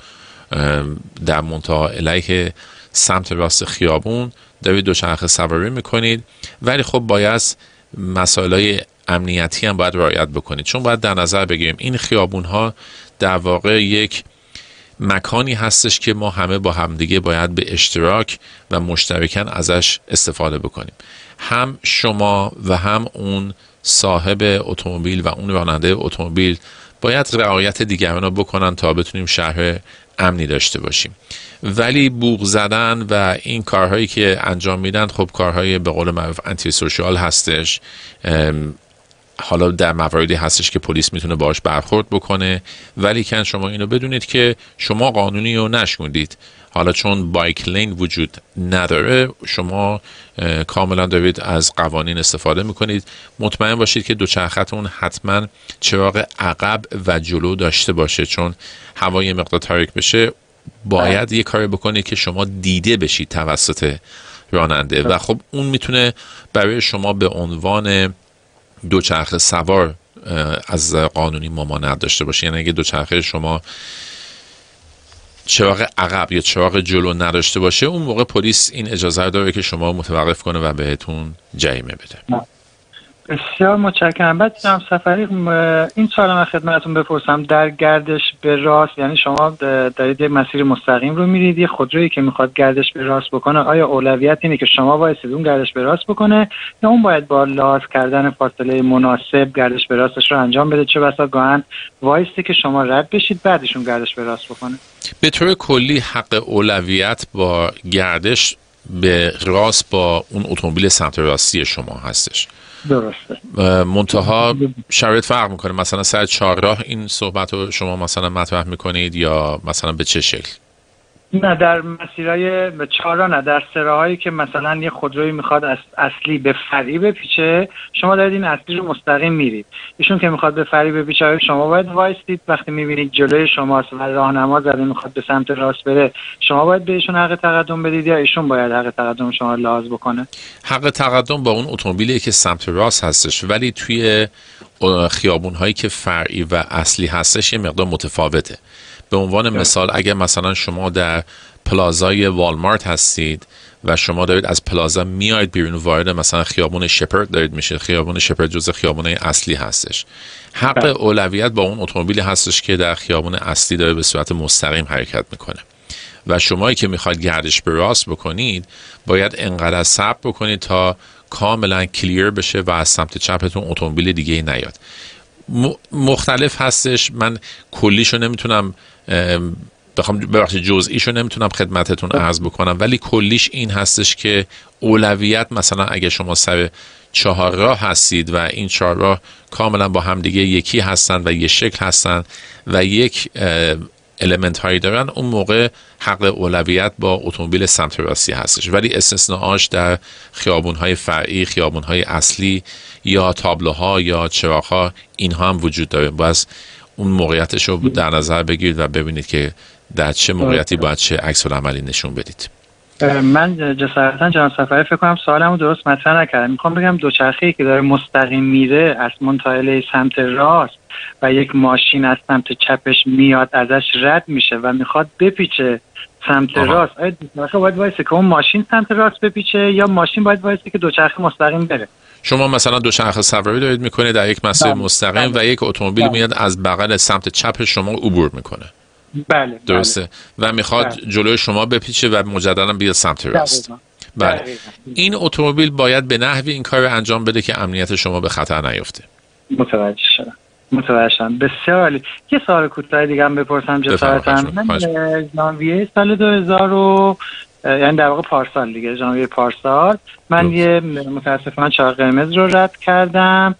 در منتها علیه سمت راست خیابون دارید دوچرخه سواری میکنید، ولی خب باید مسائل امنیتی هم باید رعایت بکنید، چون باید در نظر بگیریم این خیابون ها در واقع یک مکانی هستش که ما همه با همدیگه باید به اشتراک و مشترکاً ازش استفاده بکنیم. هم شما و هم اون صاحب اتومبیل و اون راننده اتومبیل باید رعایت دیگران رو بکنن تا بتونیم شهر امنی داشته باشیم. ولی بوق زدن و این کارهایی که انجام میدن خب کارهای به قول معروف انتی سوشال هستش. حالا در مواردی هستش که پلیس میتونه باهاش برخورد بکنه، ولی کن شما اینو بدونید که شما قانونی رو نشکندید. حالا چون بایک لین وجود نداره شما کاملا دارید از قوانین استفاده میکنید. مطمئن باشید که دوچرخه‌تون حتما چراغ عقب و جلو داشته باشه، چون هوا یه مقدار تاریک بشه باید یه کاری بکنید که شما دیده بشید توسط راننده و خب اون میتونه برای شما به عنوان دوچرخه سوار از قانونی ممانعت داشته باشه. یعنی اگه دوچرخه شما چراغ عقب یا چراغ جلو نداشته باشه، اون موقع پلیس این اجازه داره که شما متوقف کنه و بهتون جریمه بده. بسیار متشکرم. بعد جناب سفری این سوال من خدمتتون بپرسم، در گردش به راست، یعنی شما دارید یک مسیر مستقیم رو میرید، یه خودرویی که میخواد گردش به راست بکنه، آیا اولویت اینه که شما وایسید اون گردش به راست بکنه یا اون باید با لحاظ کردن فاصله مناسب گردش به راستش رو انجام بده؟ چه بسا گاهن وایسته که شما رد بشید بعدشون گردش به راست بکنه. به طور کلی حق اولویت با گردش به راست با اون اتومبیل سمت راستی شما هستش. درسته. منتها شرایط فرق میکنه، مثلا سر چهارراه این صحبت رو شما مثلا مطرح میکنید یا مثلا به چه شکل؟ نه در مسیرهای چهارراه نه، در سراهایی که مثلا یه خودرویی میخواد از اصلی به فرعی بپیچه، شما دارید این اصلی رو مستقیم میرید، ایشون که میخواد به فرعی بپیچه شما باید وایستید، وقتی میبینید جلوی شماست و راهنما زده میخواد به سمت راست بره، شما باید بهشون حق تقدم بدید یا ایشون باید حق تقدم شما رو لحاظ بکنه؟ حق تقدم با اون اتومبیلی که سمت راست هستش، ولی توی خیابون‌هایی که فرعی و اصلی هستش یه مقدار متفاوته. به عنوان مثال اگر مثلا شما در پلازای والمارت هستید و شما دارید از پلازا میاید بیرون وارد مثلا خیابون شپرد دارید میشه، خیابون شپرد جزء خیابونای اصلی هستش، حق اولویت با اون اتومبیلی هستش که در خیابون اصلی داره به صورت مستقیم حرکت میکنه و شمایی که میخواید گردش به راست بکنید باید انقدر صبر بکنید تا کاملا کلیر بشه و از سمت چپتون اتومبیل دیگه نیاد. مختلف هستش، من کلیشو نمیتونم بخوام ببخشید جزئیشو نمیتونم خدمتتون عرض بکنم، ولی کلیش این هستش که اولویت مثلا اگه شما سر چهار راه هستید و این چهار راه کاملا با هم دیگه یکی هستن و یه شکل هستن و یک المنت هایی دارن، اون موقع حق اولویت با اتومبیل سمت راستی هستش، ولی استثناءاش در خیابون های فرعی، خیابون های اصلی یا تابلوها یا چراغ‌ها اینها هم وجود داره. باز اون موقعیتش رو در نظر بگیرید و ببینید که در چه موقعیتی باید چه عکس العملی نشون بدید. من جسارتا جناب سفری فکر کنم سوالمو درست مطرح نکردم. میخوام بگم دوچرخه‌ای که داره مستقیم میره از منتهی سمت راست و یک ماشین از سمت چپش میاد ازش رد میشه و میخواد بپیچه سمت آها. راست، آیا دوچرخه باید وایسه که اون ماشین سمت راست بپیچه یا ماشین باید وایسه که دوچرخه مستقیم بره؟ شما مثلا دوچرخه سواری دارید میکنید در یک مسیر مستقیم و یک اتومبیل میاد از بغل سمت چپ شما عبور میکنه. بله درسته. بله. و میخواد بله. جلوی شما بپیچه و مجددا بیاد سمت راست. بله. بله. این اتومبیل باید به نحوی این کار رو انجام بده که امنیت شما به خطر نیفته. متوجه شدم. متوجه شدم. بسیار عالی. یه سوال کوتاه دیگه هم بپرسم جسارتاً. من ژانویه سال دو هزار و یعنی در واقع پارسال دیگه ژانویه پارسال من دوست. یه متاسفانه چراغ قرمز رو رد کردم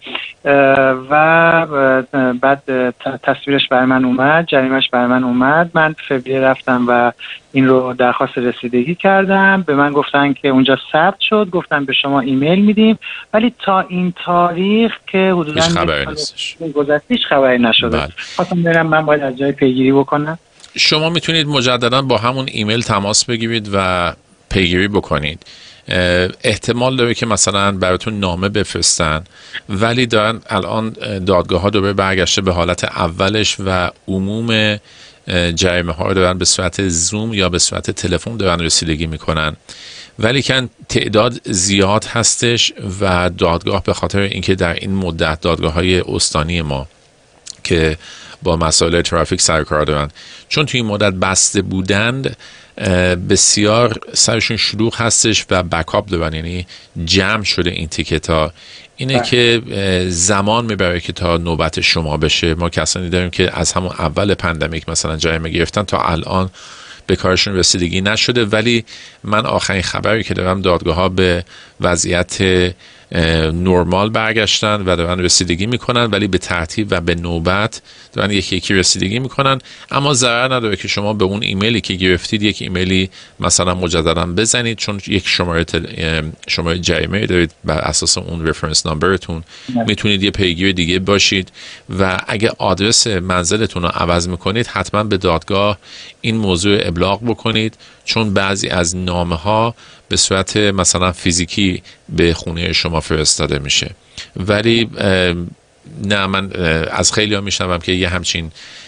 و بعد تصویرش بر من اومد، جریمهش بر من اومد. من فوریه رفتم و این رو درخواست رسیدگی کردم، به من گفتن که اونجا ثبت شد، گفتن به شما ایمیل میدیم، ولی تا این تاریخ که حدوداً هیچ خبری نیستش، گذشتهش خبری نشده. خواستم ببینم من باید از جای پیگیری بکنم. شما میتونید مجددا با همون ایمیل تماس بگیرید و پیگیری بکنید. احتمال داره که مثلا براتون نامه بفرستن، ولی دارن الان دادگاه ها دوباره برگشته به حالت اولش و عموم جریمه ها رو دارن به صورت زوم یا به صورت تلفن دارن رسیدگی میکنن، ولی که تعداد زیاد هستش و دادگاه به خاطر اینکه در این مدت دادگاه های استانی ما که با مسائل ترافیک سرکار دارن، چون توی این مدت بسته بودند بسیار سرشون شلوغ هستش و بکاپ دارن، یعنی جمع شده این تیکت ها. اینه بله. که زمان میبره که تا نوبت شما بشه. ما کسانی داریم که از همون اول پندمیک مثلا جریمه گرفتن تا الان به کارشون رسیدگی نشده، ولی من آخرین خبری که دارم دادگاه ها به وضعیت نرمال برگشتن و دارن رسیدگی میکنن، ولی به ترتیب و به نوبت دارن یکی یکی رسیدگی میکنن. اما ضرر نداره که شما به اون ایمیلی که گرفتید یک ایمیلی مثلا مجددا بزنید، چون یک شماره تل... شماره جریمه دارید، بر اساس اون رفرنس نامبرتون میتونید یه پیگیر دیگه باشید و اگه آدرس منزلتون رو عوض میکنید حتما به دادگاه این موضوع ابلاغ بکنید، چون بعضی از نامه ها به صورت مثلا فیزیکی به خونه شما فرستاده میشه. ولی نه، من از خیلی ها میشنوم که یه همچین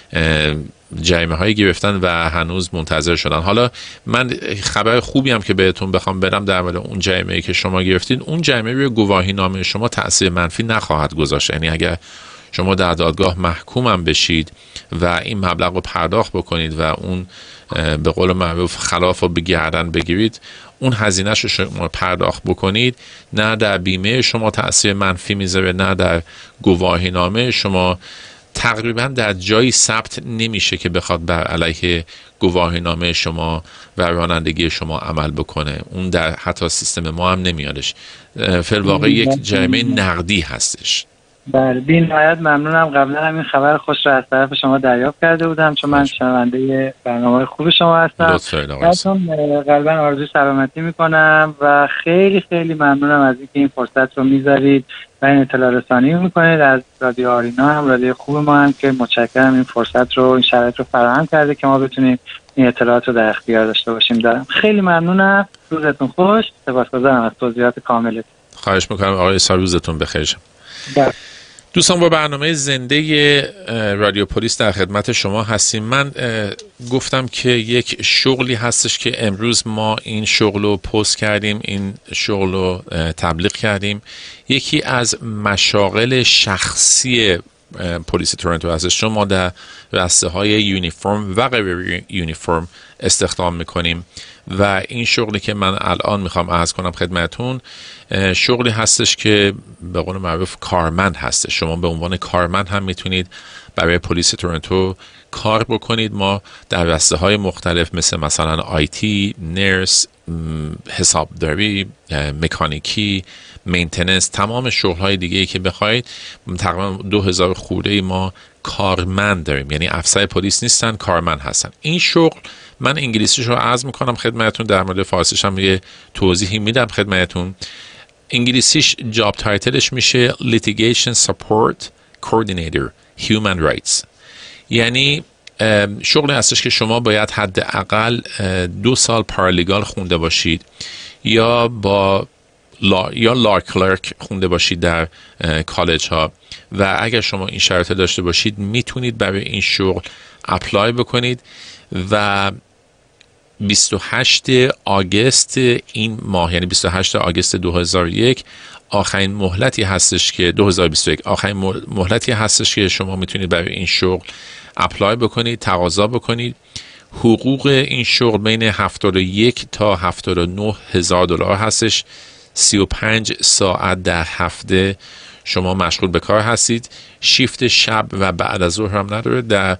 جریمه هایی گرفتن و هنوز منتظر شدن. حالا من خبر خوبی هم که بهتون بخوام بدم در مورد اون جریمه‌ای که شما گرفتین، اون جریمه روی گواهی نامه شما تأثیر منفی نخواهد گذاشت. یعنی اگر شما در دادگاه محکوم هم بشید و این مبلغ رو پرداخت بکنید و اون به قول معروف خلاف رو به گردن بگیرید، اون هزینه‌اش رو شما پرداخت بکنید، نه در بیمه شما تأثیر منفی میذاره، نه در گواهی نامه شما. تقریبا در جایی ثبت نمیشه که بخواد بر علیه گواهی نامه شما و رانندگی شما عمل بکنه. اون در حتی سیستم ما هم نمیادش. فی‌الواقع یک جریمه نقدی هستش. بله، بی نهایت ممنونم. قبلا هم این خبر خوش رو از طرف شما دریافت کرده بودم، چون من شنونده برنامه خوب شما هستم. براتون قلبا آرزوی سلامتی میکنم و خیلی خیلی ممنونم از اینکه این فرصت رو میذارید و این اطلاع رسانی میکنید. از رادیو آرینا هم رادیو خوب ما هم که متشکرم این فرصت رو، این شرایط رو فراهم کرده که ما بتونیم این اطلاعات رو در اختیار داشته باشیم. دارم خیلی ممنونم. روزتون خوش. سپاسگزارم از توضیحات کاملتون. خواهش میکنم آقای سار، روزتون بخیر. دوستان، با برنامه زنده رادیو پلیس در خدمت شما هستیم. من گفتم که یک شغلی هستش که امروز ما این شغل رو پست کردیم، این شغل رو تبلیغ کردیم. یکی از مشاغل شخصی پلیس تورنتو هستش، چون ما در رسته های یونیفرم و غیر یونیفرم استخدام میکنیم و این شغلی که من الان میخوام عرض کنم خدمتون شغلی هستش که به قول معروف کارمند هستش. شما به عنوان کارمند هم میتونید برای پلیس تورنتو کار بکنید. ما در رسته های مختلف مثل مثلا آیتی، نرس، حسابداری، مکانیکی، مینتیننس، تمام شغل های دیگه ای که بخواید، تقریبا دو هزار خورده ما کارمند داریم. یعنی افسر پلیس نیستن، کارمند هستن. این شغل من انگلیسیش رو عرض میکنم خدمتتون، در مورد فارسیش هم یه توضیحی میدم خدمتتون. انگلیسیش جاب تایتلش میشه Litigation Support Coordinator Human Rights. یعنی شغلی هستش که شما باید حداقل دو سال پارالیگال خونده باشید یا با لا یا لا کلرک خونده باشید در کالج ها و اگر شما این شرایط داشته باشید میتونید برای این شغل اپلای بکنید و بیست و هشتم آگوست این ماه، یعنی بیست و هشتم آگوست دو هزار و یک آخرین مهلتی هستش که دو هزار و بیست و یک آخرین مهلتی هستش که شما میتونید برای این شغل اپلای بکنید، تقاضا بکنید. حقوق این شغل بین هفتاد و یک تا هفتاد و نه هزار دلار هستش. سی و پنج ساعت در هفته شما مشغول به کار هستید. شیفت شب و بعد از ظهر هم نداره. در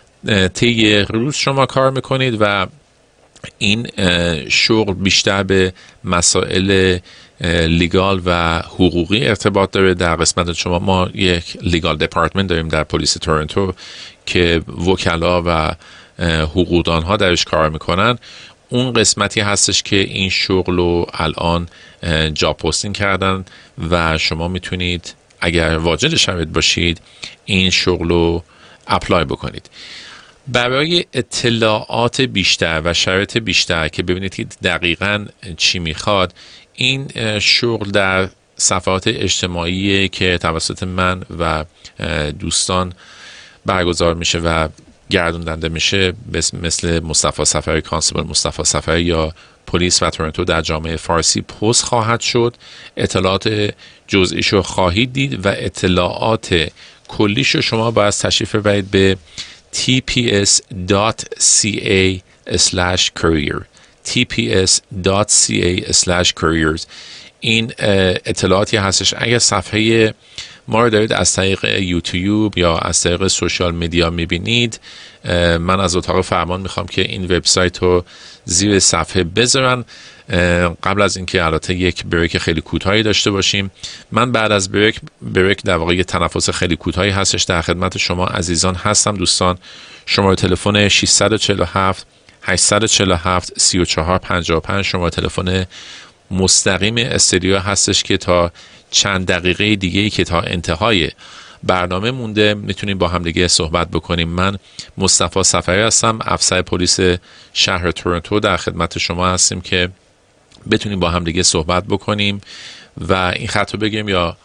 طی روز شما کار میکنید و این شغل بیشتر به مسائل لیگال و حقوقی ارتباط داره. در قسمت شما ما یک لیگال دپارتمنت داریم در پلیس تورنتو که وکلا و حقوقدان ها درش کار میکنن. اون قسمتی هستش که این شغل رو الان جاب پستینگ کردن و شما میتونید اگر واجد شرایط باشید این شغل رو اپلای بکنید. برای اطلاعات بیشتر و شرایط بیشتر که ببینید دقیقاً چی میخواد، این شغل در صفحات اجتماعی که توسط من و دوستان برگزار میشه و گردوندنده میشه مثل مصطفی سفری، کانستبل مصطفی سفری یا پلیس و تورنتو در جامعه فارسی پست خواهد شد. اطلاعات جزئیشو خواهید دید و اطلاعات کلیشو شما باید تشریف ببرید به تی پی اس دات سی ای اسلش courier تی پی اس دات سی ای اسلش couriers. این اطلاعاتی هستش. اگر صفحه ما رو دارید از طریق یوتیوب یا از طریق سوشال میدیا میبینید، من از اتاق فرمان میخوام که این وبسایت رو زیر صفحه بذارن. قبل از اینکه البته یک بریک خیلی کوتاهی داشته باشیم، من بعد از بریک بریک در واقع یه تنفس خیلی کوتاهی هستش در خدمت شما عزیزان هستم. دوستان، شماره تلفن شش چهار هفت هشت چهار هفت سه چهار پنج پنج شماره تلفن مستقیم استودیو هستش که تا چند دقیقه دیگه ای که تا انتهای برنامه مونده میتونیم با هم دیگه صحبت بکنیم. من مصطفی سفری هستم، افسر پلیس شهر تورنتو. در خدمت شما هستیم که بتونیم با هم دیگه صحبت بکنیم و این خط رو بگیم. یا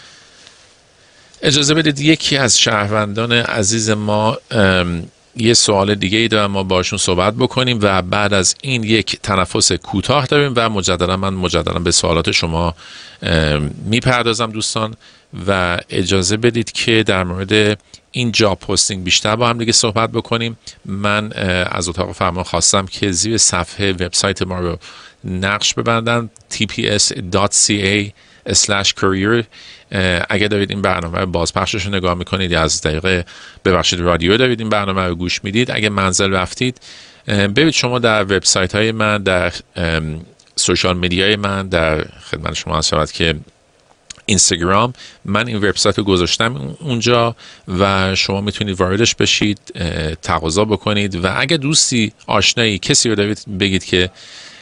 اجازه بدید یکی از شهروندان عزیز ما یه سوال دیگه ای دارم، ما باشون صحبت بکنیم و بعد از این یک تنفس کوتاه داریم و مجددا من مجددا به سوالات شما میپردازم دوستان. و اجازه بدید که در مورد این جاب پستینگ بیشتر با هم دیگه صحبت بکنیم. من از اتاق فرمان خواستم که زیر صفحه وبسایت ما رو نقش ببندن تی پی اس دات سی ای اسلش کوریر. اگر دارید این برنامه بازپخشش رو نگاه میکنید یا از طریق ببخشید رادیو دارید این برنامه رو گوش میدید، اگر منزل رفتید ببینید شما در وبسایت های من، در سوشال میدیای من، در خدمت شما هستم که اینستاگرام، من این وبسایت رو گذاشتم اونجا و شما میتونید واردش بشید، تقاضا بکنید و اگه دوستی آشنایی کسی رو دارید بگید که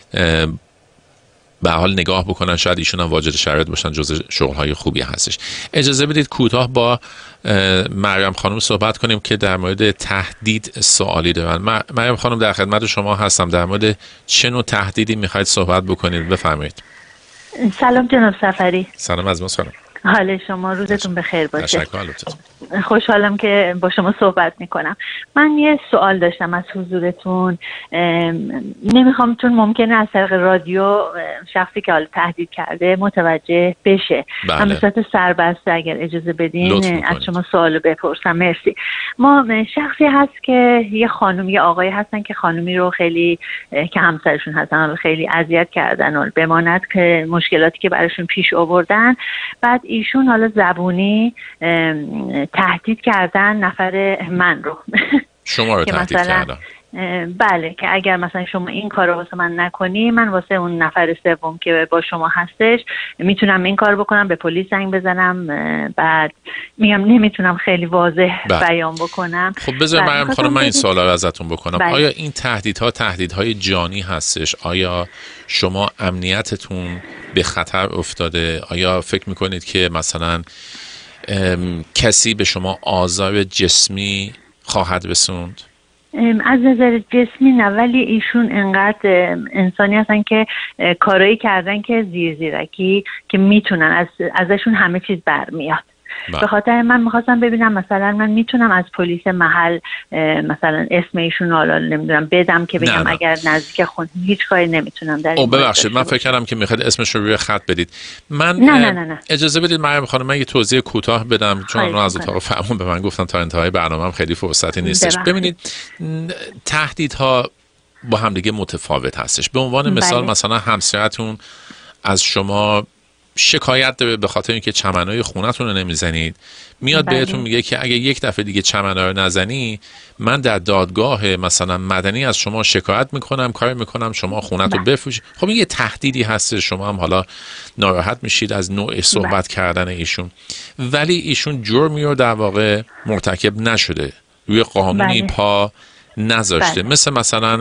به حال نگاه بکنن، شاید ایشون هم واجد شرایط باشن، جزء شغل‌های خوبی هستش. اجازه بدید کوتاه با مریم خانم صحبت کنیم که در مورد تهدید سوالی دارن. مریم خانم در خدمت شما هستم، در مورد چه نوع تهدیدی میخواید صحبت بکنید؟ بفرمایید. سلام جناب سفری. سلام از ما. سلام. حال شما روزتون بخیر باشه. تشکر. خوشحالم که با شما صحبت میکنم. من یه سوال داشتم از حضورتون. نمیخوام چون ممکنه از طریق رادیو شخصی که حالا تهدید کرده متوجه بشه. بله. من به صورت سربسته اگر اجازه بدین از شما سوالو بپرسم. مرسی. ما شخصی هست که یه خانم یه آقایی هستن که خانومی رو خیلی که همسرشون هستن خیلی اذیت کردن و بماند که مشکلاتی که براشون پیش آوردن، بعد ایشون حالا زبونی تهدید کردن نفر من رو شما رو تهدید کردن. بله که اگر مثلا شما این کار رو واسه من نکنی، من واسه اون نفر سوم که با شما هستش میتونم این کار بکنم، به پلیس زنگ بزنم. بعد میگم نمیتونم خیلی واضح بله. بیان بکنم. خب بذار مریم خانم من این سوالا رو ازتون بکنم. بله. آیا این تهدیدها تهدیدهای جانی هستش؟ آیا شما امنیتتون به خطر افتاده؟ آیا فکر میکنید که مثلا کسی به شما آزار جسمی خواهد رسوند؟ از نظر جسمی نه، ولی ایشون انقدر انسانی هستن که کارایی کردن که زیر زیرکی که میتونن از ازشون همه چیز برمیاد. به خاطر من میخواستم ببینم مثلا من میتونم از پلیس محل مثلا اسم ایشون حالا نمیدونم بدم که بگم نه نه. اگر نزدیک خون هیچ کاری نمیتونم در این. ببخشید من فکر کردم که میخواید اسمش رو روی خط بدید. من نه نه نه نه. اجازه بدید مریم خانم من یه توضیح کوتاه بدم چون از اتاق فرمان به من گفتن تا انتهای برنامه‌ام خیلی فرصتی نیستش. ببینید تهدیدها با هم دیگه متفاوت هستش. به عنوان مثال بله. مثلا همسرتون از شما شکایت داره به خاطر اینکه چمنای خونتون رو نمیزنید، میاد بله. بهتون میگه که اگه یک دفعه دیگه چمنا رو نزنی من در دادگاه مثلا مدنی از شما شکایت میکنم، کار میکنم شما خونت رو بفروشید. خب این یه تهدیدی هست، شما هم حالا ناراحت میشید از نوع صحبت بله. کردن ایشون، ولی ایشون جرمی رو در واقع مرتکب نشده، روی قانونی بله. پا نذاشته. بله. مثل مثلا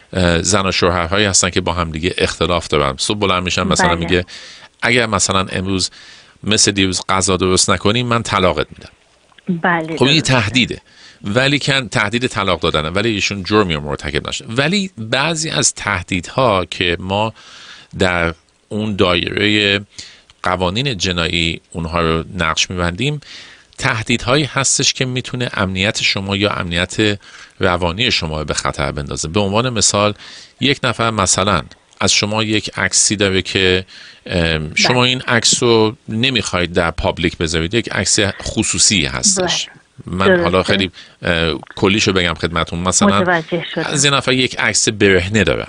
زن و شوهرهایی هستن که با هم دیگه اختلاف دارن، صبح بلند میشن مثلا بله. میگه اگر مثلا امروز مثل دیروز غذا درست نکنیم من طلاقت میدم. بله. خب این تهدیده، ولی کن تهدید طلاق دادنه، ولی ایشون جرمی رو مرتکب نشده. ولی بعضی از تهدیدها که ما در اون دایره قوانین جنایی اونها رو نقش میبندیم، تهدیدهایی هستش که میتونه امنیت شما یا امنیت روانی شما به خطر بندازه. به عنوان مثال یک نفر مثلا از شما یک عکسی داره که شما این عکس رو نمیخواید در پابلیک بذارید، یک عکس خصوصی هستش. من درسته. حالا خیلی کلیشو بگم خدمتون، مثلا از یه نفر یک عکس برهنه دارن،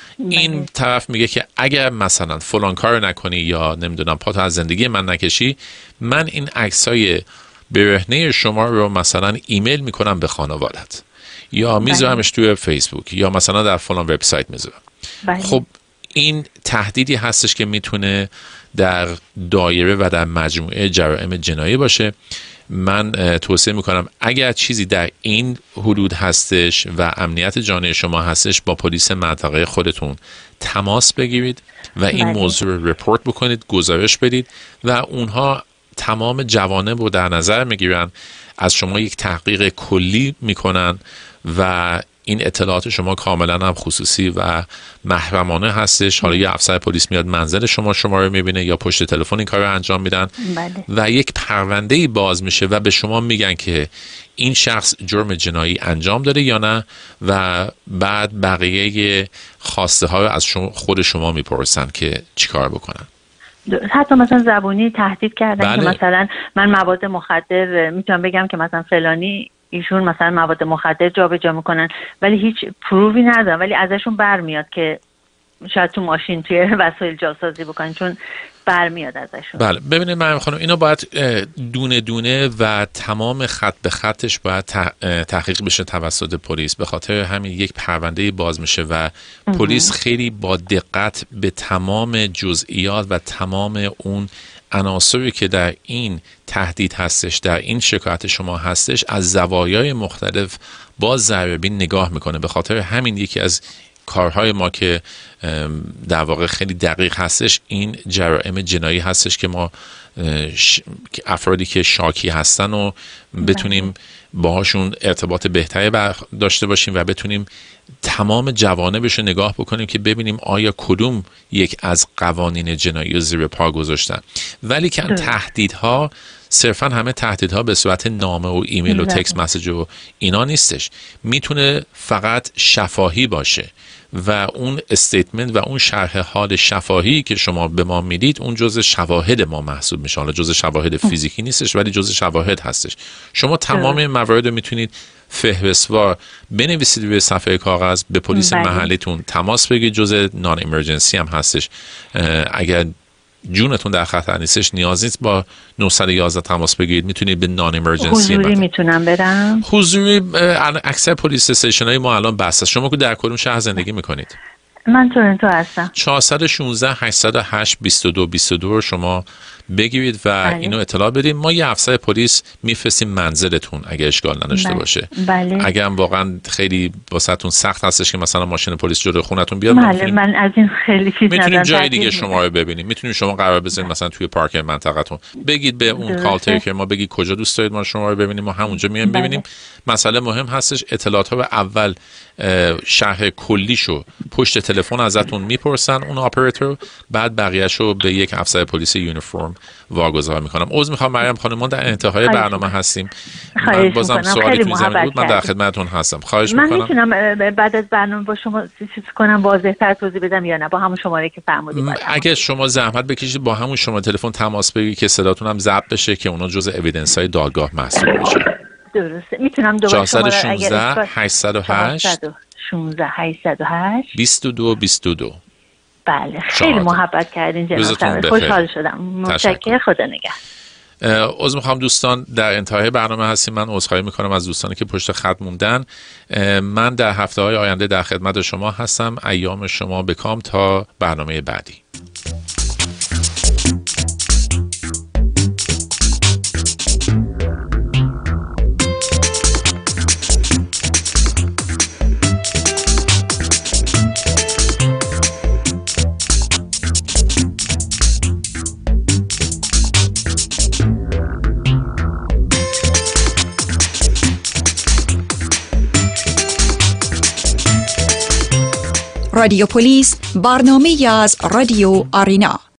این طرف میگه که اگر مثلا فلان کار نکنی یا نمیدونم پاتو از زندگی من نکشی، من این عکسای برهنه شما رو مثلا ایمیل میکنم به خانوادت یا میذارمش توی فیسبوک یا مثلا در فلان وبسایت میذارم. خب این تهدیدی هستش که میتونه در دایره و در مجموعه جرائم جنایی باشه. من توصیه میکنم اگر چیزی در این حدود هستش و امنیت جانی شما هستش، با پلیس منطقه خودتون تماس بگیرید و این بله. موضوع رو رپورت بکنید، گزارش بدید و اونها تمام جوانب رو در نظر میگیرن، از شما یک تحقیق کلی میکنن و این اطلاعات شما کاملا هم خصوصی و محرمانه هستش. حالا یه افسر پلیس میاد منزل شما شما رو میبینه یا پشت تلفن این کار رو انجام میدن. بله. و یک پرونده‌ای باز میشه و به شما میگن که این شخص جرم جنایی انجام داده یا نه و بعد بقیه خواسته ها رو از شما خود شما میپرسن که چیکار بکنن. حتی مثلا زبونی تهدید کردن بله. که مثلا من مواد مخدر میتونم بگم که مثلا فلانی ایشون مثلا مواد مخدر جابجا میکنن ولی هیچ پروفی ندارن، ولی ازشون برمیاد که شاید تو ماشین توی وسایل جاسازی بکنن چون برمیاد ازشون. بله ببینید مریم خانم اینا باید دونه دونه و تمام خط به خطش باید تحقیق بشه توسط پلیس. به خاطر همین یک پرونده باز میشه و پلیس خیلی با دقت به تمام جزئیات و تمام اون عناصری که در این تهدید هستش، در این شکایت شما هستش، از زوایای مختلف با ذره‌بین نگاه میکنه. به خاطر همین یکی از کارهای ما که در واقع خیلی دقیق هستش این جرائم جنایی هستش که ما افرادی که شاکی هستن و بتونیم باهاشون ارتباط بهتری داشته باشیم و بتونیم تمام جوانبش رو نگاه بکنیم که ببینیم آیا کدوم یک از قوانین جنایی رو زیر پا گذاشتن. ولی که تهدیدها صرفا همه تهدیدها به صورت نامه و ایمیل و تکست مسیج و اینا نیستش. میتونه فقط شفاهی باشه و اون استیتمنت و اون شرح حال شفاهی که شما به ما میدید اون جزء شواهد ما محسوب میشه. حالا جزء شواهد فیزیکی نیستش ولی جزء شواهد هستش. شما تمام این موارد رو میتونید فهرستوار بنویسید روی صفحه کاغذ، به پلیس محلیتون تماس بگیرید. جزء نان ایمرجنسی هم هستش. اگر جونتون در خطر نیستش نیاز نیست با نه یک یک تماس بگیرید، میتونید به نان ایمرجنسی. حضوری میتونم برم؟ حضوری اکثر پلیس استیشن های ما الان بسته. شما که در کدوم شهر زندگی میکنید؟ من تورنتو هستم. چهارصد و شانزده هشتصد و هشت بیست و دو بیست و دو رو شما بگیرید و بله. اینو اطلاع بدید. ما یه افسر پلیس میفرستیم منزلتون اگه اشکال نداشته بله. باشه. بله. اگر واقعا خیلی واسهتون سخت هستش که مثلا ماشین پلیس جلوی خونتون بیاد، بله. من از این خیلی چیز ندارم. میتونیم جای دیگه شما رو ببینیم. میتونیم شما قرار بذارید مثلا توی پارک منطقه‌تون، بگید به اون کال تیکر ما بگید کجا دوست دارید ما شما رو ببینیم، ما همونجا میایم بله. ببینیم. مسئله مهم هستش اطلاعات رو اول شرح کلیشو پشت تلفن ازتون میپرسن اون اپراتور، بعد بقیه‌شو به یک افسر پلیس یونیفرم واگذار میکنم. عذر میخوام مریم خانم، ما در انتهای برنامه هستیم. من بازم سوالی تو ذهنم بود، من در خدمتتون هستم. خواهش من میکنم. من میتونم بعد از برنامه با شما چیز کنم واضح‌تر توضیح بدم یا نه با همون شماره که فرمودید؟ اگه شما زحمت بکشید با همون شماره تلفن تماس بگیرید که صداتون هم ضبط بشه که اونا جزء اوییدنس های دادگاه محسوب بشه. درسته. میتونم دوباره شماره چهارصد و شانزده هشتصد و هشت شانزده هشتصد و هشت بیست و دو بیست و دو. بله خیلی محبت کردین جناب. خوشحال شدم. متشکرم. خدا نگهدار. عذر میخوام دوستان، در انتهای برنامه هستیم. من عذرخواهی میکنم از دوستانی که پشت خط موندن. من در هفته های آینده در خدمت شما هستم. ایام شما بکام تا برنامه بعدی. رادیو پلیس برنامه از رادیو آرینا.